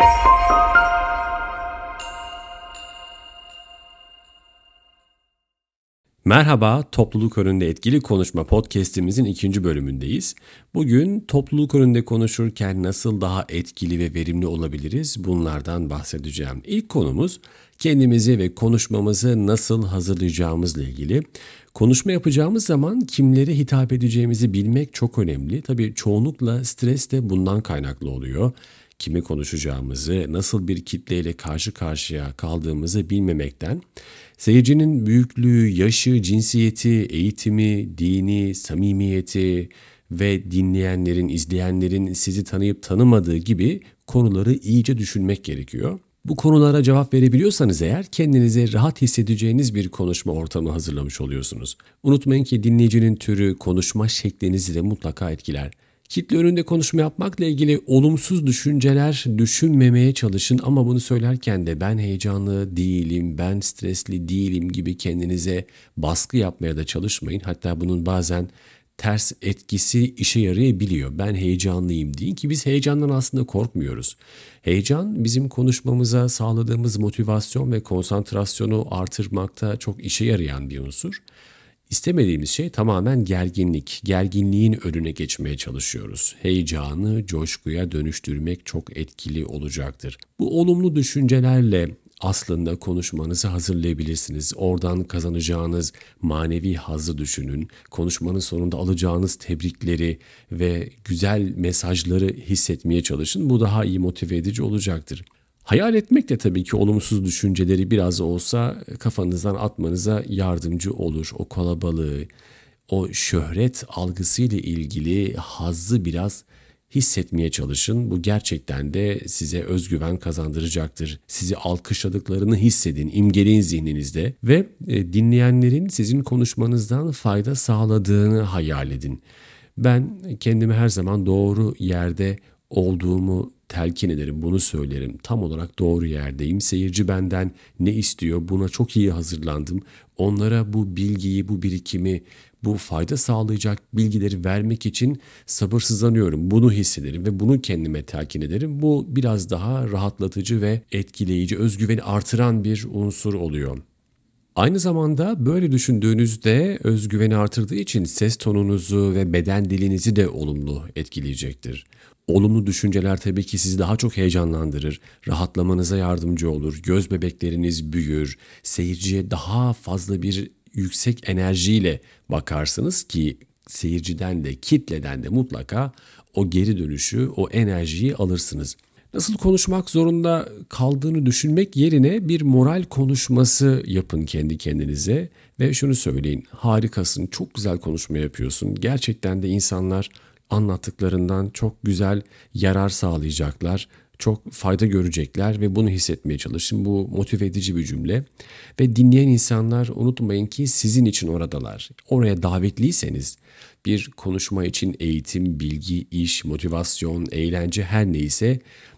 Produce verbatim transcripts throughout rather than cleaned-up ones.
Merhaba, Topluluk Önünde Etkili Konuşma podcast'imizin ikinci bölümündeyiz. Bugün topluluk önünde konuşurken nasıl daha etkili ve verimli olabiliriz bunlardan bahsedeceğim. İlk konumuz kendimizi ve konuşmamızı nasıl hazırlayacağımızla ilgili. Konuşma yapacağımız zaman kimlere hitap edeceğimizi bilmek çok önemli. Tabii çoğunlukla stres de bundan kaynaklı oluyor. Kime konuşacağımızı, nasıl bir kitleyle karşı karşıya kaldığımızı bilmemekten, seyircinin büyüklüğü, yaşı, cinsiyeti, eğitimi, dini, samimiyeti ve dinleyenlerin, izleyenlerin sizi tanıyıp tanımadığı gibi konuları iyice düşünmek gerekiyor. Bu konulara cevap verebiliyorsanız eğer kendinize rahat hissedeceğiniz bir konuşma ortamı hazırlamış oluyorsunuz. Unutmayın ki dinleyicinin türü konuşma şeklinizi de mutlaka etkiler. Kitle önünde konuşma yapmakla ilgili olumsuz düşünceler düşünmemeye çalışın ama bunu söylerken de ben heyecanlı değilim, ben stresli değilim gibi kendinize baskı yapmaya da çalışmayın. Hatta bunun bazen ters etkisi işe yarayabiliyor. Ben heyecanlıyım deyin ki biz heyecandan aslında korkmuyoruz. Heyecan bizim konuşmamıza sağladığımız motivasyon ve konsantrasyonu artırmakta çok işe yarayan bir unsur. İstemediğimiz şey tamamen gerginlik. Gerginliğin önüne geçmeye çalışıyoruz. Heyecanı coşkuya dönüştürmek çok etkili olacaktır. Bu olumlu düşüncelerle aslında konuşmanızı hazırlayabilirsiniz. Oradan kazanacağınız manevi hazzı düşünün. Konuşmanın sonunda alacağınız tebrikleri ve güzel mesajları hissetmeye çalışın. Bu daha iyi motive edici olacaktır. Hayal etmek de tabii ki olumsuz düşünceleri biraz olsa kafanızdan atmanıza yardımcı olur. O kalabalığı, o şöhret algısıyla ilgili hazzı biraz hissetmeye çalışın. Bu gerçekten de size özgüven kazandıracaktır. Sizi alkışladıklarını hissedin, imgeleyin zihninizde ve dinleyenlerin sizin konuşmanızdan fayda sağladığını hayal edin. Ben kendimi her zaman doğru yerde olduğumu telkin ederim, bunu söylerim. Tam olarak doğru yerdeyim. Seyirci benden ne istiyor? Buna çok iyi hazırlandım. Onlara bu bilgiyi, bu birikimi, bu fayda sağlayacak bilgileri vermek için sabırsızlanıyorum. Bunu hissederim ve bunu kendime telkin ederim. Bu biraz daha rahatlatıcı ve etkileyici, özgüveni artıran bir unsur oluyor. Aynı zamanda böyle düşündüğünüzde özgüveni artırdığı için ses tonunuzu ve beden dilinizi de olumlu etkileyecektir. Olumlu düşünceler tabii ki sizi daha çok heyecanlandırır, rahatlamanıza yardımcı olur, göz bebekleriniz büyür, seyirciye daha fazla bir yüksek enerjiyle bakarsınız ki seyirciden de kitleden de mutlaka o geri dönüşü, o enerjiyi alırsınız. Nasıl konuşmak zorunda kaldığını düşünmek yerine bir moral konuşması yapın kendi kendinize ve şunu söyleyin: harikasın, çok güzel konuşma yapıyorsun. Gerçekten de insanlar anlattıklarından çok güzel yarar sağlayacaklar, çok fayda görecekler ve bunu hissetmeye çalışın. Bu motive edici bir cümle ve dinleyen insanlar unutmayın ki sizin için oradalar. Oraya davetliyseniz bir konuşma için eğitim, bilgi, iş, motivasyon, eğlence her neyse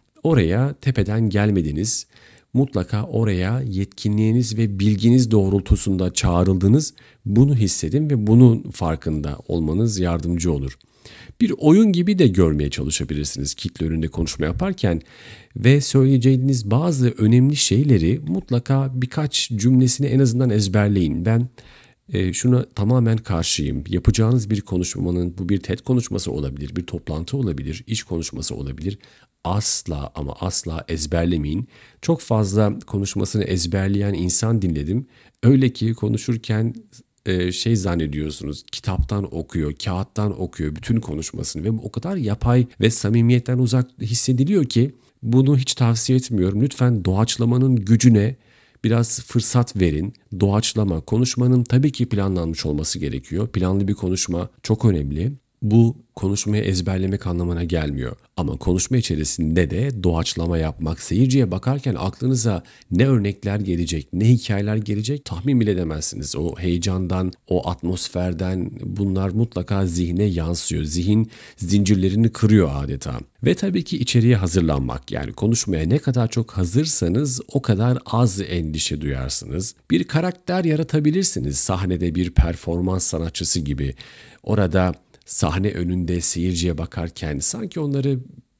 oraya tepeden gelmediniz. Mutlaka oraya yetkinliğiniz ve bilginiz doğrultusunda çağrıldınız. Bunu hissedin ve bunun farkında olmanız yardımcı olur. Bir oyun gibi de görmeye çalışabilirsiniz kitle önünde konuşma yaparken ve söyleyeceğiniz bazı önemli şeyleri mutlaka birkaç cümlesini en azından ezberleyin. Ben e, şuna tamamen karşıyım. Yapacağınız bir konuşmanın, bu bir TED konuşması olabilir, bir toplantı olabilir, iş konuşması olabilir. Asla ama asla ezberlemeyin. Çok fazla konuşmasını ezberleyen insan dinledim. Öyle ki konuşurken e, şey zannediyorsunuz, kitaptan okuyor, kağıttan okuyor bütün konuşmasını ve bu o kadar yapay ve samimiyetten uzak hissediliyor ki bunu hiç tavsiye etmiyorum. Lütfen doğaçlamanın gücüne biraz fırsat verin. Doğaçlama, konuşmanın tabii ki planlanmış olması gerekiyor. Planlı bir konuşma çok önemli. Bu konuşmayı ezberlemek anlamına gelmiyor. Ama konuşma içerisinde de doğaçlama yapmak, seyirciye bakarken aklınıza ne örnekler gelecek, ne hikayeler gelecek tahmin bile edemezsiniz. O heyecandan, o atmosferden bunlar mutlaka zihne yansıyor. Zihin zincirlerini kırıyor adeta. Ve tabii ki içeriye hazırlanmak, yani konuşmaya ne kadar çok hazırsanız o kadar az endişe duyarsınız. Bir karakter yaratabilirsiniz sahnede, bir performans sanatçısı gibi. Orada sahne önünde seyirciye bakarken sanki onları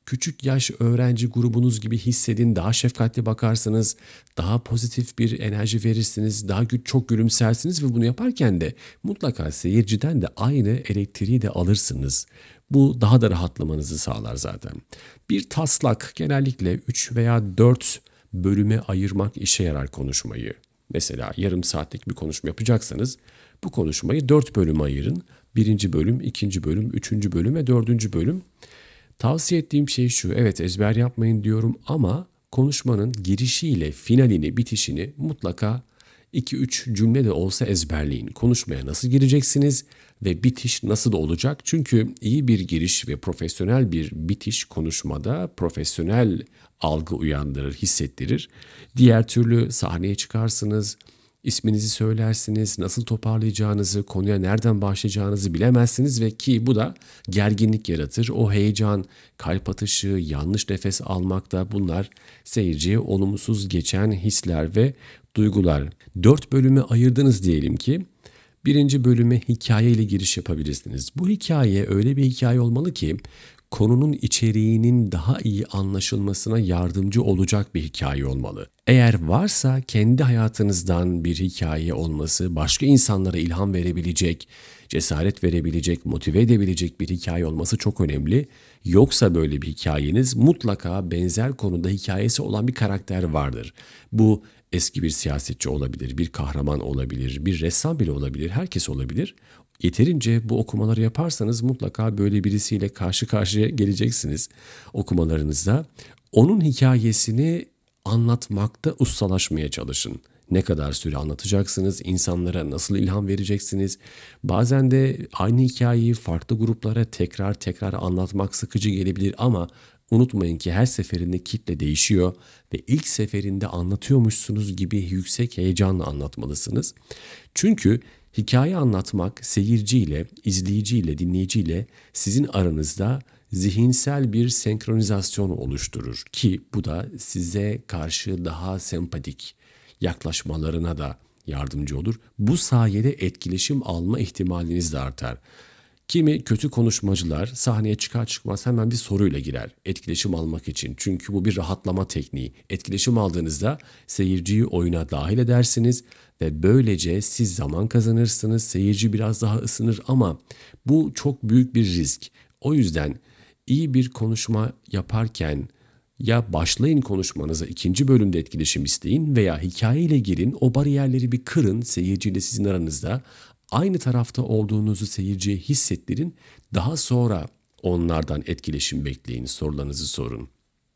küçük yaş öğrenci grubunuz gibi hissedin, daha şefkatli bakarsınız, daha pozitif bir enerji verirsiniz, daha gü- çok gülümsersiniz ve bunu yaparken de mutlaka seyirciden de aynı elektriği de alırsınız. Bu daha da rahatlamanızı sağlar zaten. Bir taslak genellikle üç veya dört bölüme ayırmak işe yarar konuşmayı. Mesela yarım saatlik bir konuşma yapacaksanız bu konuşmayı dört bölüme ayırın. Birinci bölüm, ikinci bölüm, üçüncü bölüm ve dördüncü bölüm. Tavsiye ettiğim şey şu, evet ezber yapmayın diyorum ama konuşmanın girişiyle finalini, bitişini mutlaka iki üç cümle de olsa ezberleyin. Konuşmaya nasıl gireceksiniz ve bitiş nasıl olacak? Çünkü iyi bir giriş ve profesyonel bir bitiş konuşmada profesyonel algı uyandırır, hissettirir. Diğer türlü sahneye çıkarsınız, isminizi söylersiniz, nasıl toparlayacağınızı, konuya nereden başlayacağınızı bilemezsiniz ve ki bu da gerginlik yaratır. O heyecan, kalp atışı, yanlış nefes almak da bunlar seyirciye olumsuz geçen hisler ve duygular. Dört bölüme ayırdınız diyelim ki. Birinci bölüme hikaye ile giriş yapabilirsiniz. Bu hikaye öyle bir hikaye olmalı ki konunun içeriğinin daha iyi anlaşılmasına yardımcı olacak bir hikaye olmalı. Eğer varsa kendi hayatınızdan bir hikaye olması, başka insanlara ilham verebilecek, cesaret verebilecek, motive edebilecek bir hikaye olması çok önemli. Yoksa böyle bir hikayeniz mutlaka benzer konuda hikayesi olan bir karakter vardır. Bu eski bir siyasetçi olabilir, bir kahraman olabilir, bir ressam bile olabilir, herkes olabilir. Yeterince bu okumaları yaparsanız mutlaka böyle birisiyle karşı karşıya geleceksiniz okumalarınızda. Onun hikayesini anlatmakta ustalaşmaya çalışın. Ne kadar süre anlatacaksınız, insanlara nasıl ilham vereceksiniz? Bazen de aynı hikayeyi farklı gruplara tekrar tekrar anlatmak sıkıcı gelebilir ama unutmayın ki her seferinde kitle değişiyor ve ilk seferinde anlatıyormuşsunuz gibi yüksek heyecanla anlatmalısınız. Çünkü hikaye anlatmak seyirciyle, izleyiciyle, dinleyiciyle sizin aranızda zihinsel bir senkronizasyon oluşturur ki bu da size karşı daha sempatik yaklaşmalarına da yardımcı olur. Bu sayede etkileşim alma ihtimaliniz de artar. Kimi kötü konuşmacılar sahneye çıkar çıkmaz hemen bir soruyla girer etkileşim almak için. Çünkü bu bir rahatlama tekniği. Etkileşim aldığınızda seyirciyi oyuna dahil edersiniz ve böylece siz zaman kazanırsınız. Seyirci biraz daha ısınır ama bu çok büyük bir risk. O yüzden iyi bir konuşma yaparken ya başlayın konuşmanıza ikinci bölümde etkileşim isteyin veya hikayeyle girin, o bariyerleri bir kırın seyirciyle sizin aranızda. Aynı tarafta olduğunuzu seyirciye hissettirin. Daha sonra onlardan etkileşim bekleyin, sorularınızı sorun.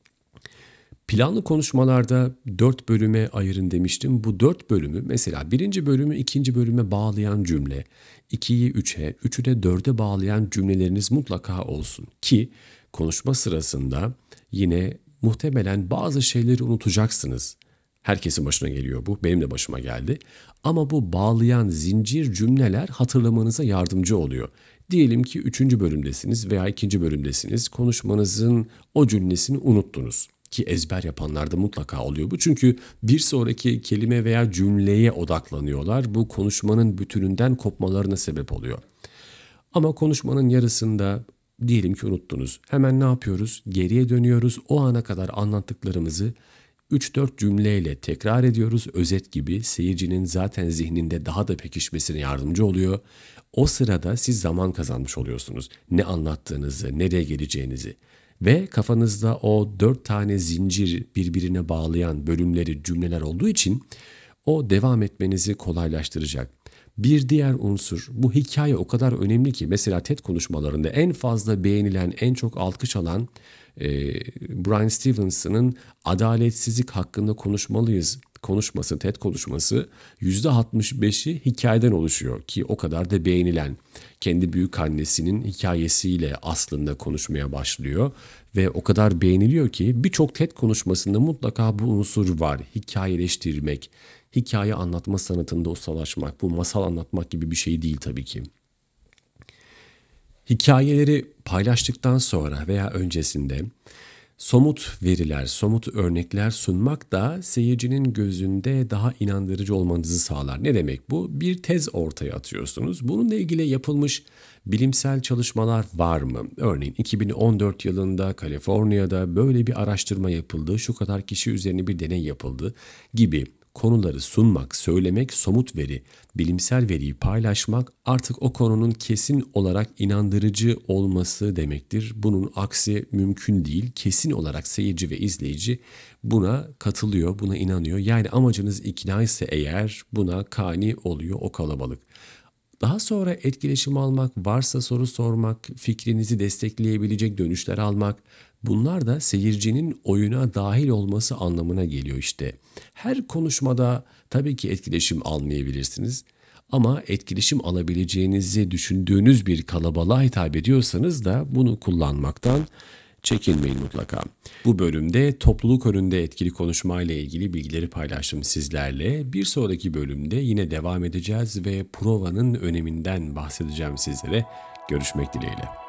Planlı konuşmalarda dört bölüme ayırın demiştim. Bu dört bölümü mesela birinci bölümü ikinci bölüme bağlayan cümle, ikiyi üçe, üçü de dörde bağlayan cümleleriniz mutlaka olsun. Ki konuşma sırasında yine muhtemelen bazı şeyleri unutacaksınız. Herkesin başına geliyor bu, benim de başıma geldi. Ama bu bağlayan zincir cümleler hatırlamanıza yardımcı oluyor. Diyelim ki üçüncü bölümdesiniz veya ikinci bölümdesiniz. Konuşmanızın o cümlesini unuttunuz. Ki ezber yapanlarda mutlaka oluyor bu. Çünkü bir sonraki kelime veya cümleye odaklanıyorlar. Bu konuşmanın bütününden kopmalarına sebep oluyor. Ama konuşmanın yarısında diyelim ki unuttunuz. Hemen ne yapıyoruz? Geriye dönüyoruz. O ana kadar anlattıklarımızı üç dört cümleyle tekrar ediyoruz. Özet gibi seyircinin zaten zihninde daha da pekişmesine yardımcı oluyor. O sırada siz zaman kazanmış oluyorsunuz. Ne anlattığınızı, nereye geleceğinizi. Ve kafanızda o dört tane zincir birbirine bağlayan bölümleri, cümleler olduğu için o devam etmenizi kolaylaştıracak. Bir diğer unsur, bu hikaye o kadar önemli ki mesela TED konuşmalarında en fazla beğenilen, en çok alkış alan e, Brian Stevenson'ın adaletsizlik hakkında konuşmalıyız konuşması, TED konuşması yüzde altmış beşi hikayeden oluşuyor ki o kadar da beğenilen. Kendi büyük annesinin hikayesiyle aslında konuşmaya başlıyor ve o kadar beğeniliyor ki birçok TED konuşmasında mutlaka bu unsur var. Hikayeleştirmek, hikaye anlatma sanatında ustalaşmak, bu masal anlatmak gibi bir şey değil tabii ki. Hikayeleri paylaştıktan sonra veya öncesinde Somut veriler, somut örnekler sunmak da seyircinin gözünde daha inandırıcı olmanızı sağlar. Ne demek bu? Bir tez ortaya atıyorsunuz. Bununla ilgili yapılmış bilimsel çalışmalar var mı? Örneğin iki bin on dört yılında Kaliforniya'da böyle bir araştırma yapıldı, şu kadar kişi üzerine bir deney yapıldı gibi konuları sunmak, söylemek, somut veri, bilimsel veriyi paylaşmak artık o konunun kesin olarak inandırıcı olması demektir. Bunun aksi mümkün değil. Kesin olarak seyirci ve izleyici buna katılıyor, buna inanıyor. Yani amacınız ikna ise eğer buna kani oluyor o kalabalık. Daha sonra etkileşim almak, varsa soru sormak, fikrinizi destekleyebilecek dönüşler almak, bunlar da seyircinin oyuna dahil olması anlamına geliyor işte. Her konuşmada tabii ki etkileşim almayabilirsiniz ama etkileşim alabileceğinizi düşündüğünüz bir kalabalığa hitap ediyorsanız da bunu kullanmaktan çekinmeyin mutlaka. Bu bölümde topluluk önünde etkili konuşma ile ilgili bilgileri paylaştım sizlerle. Bir sonraki bölümde yine devam edeceğiz ve provanın öneminden bahsedeceğim sizlere. Görüşmek dileğiyle.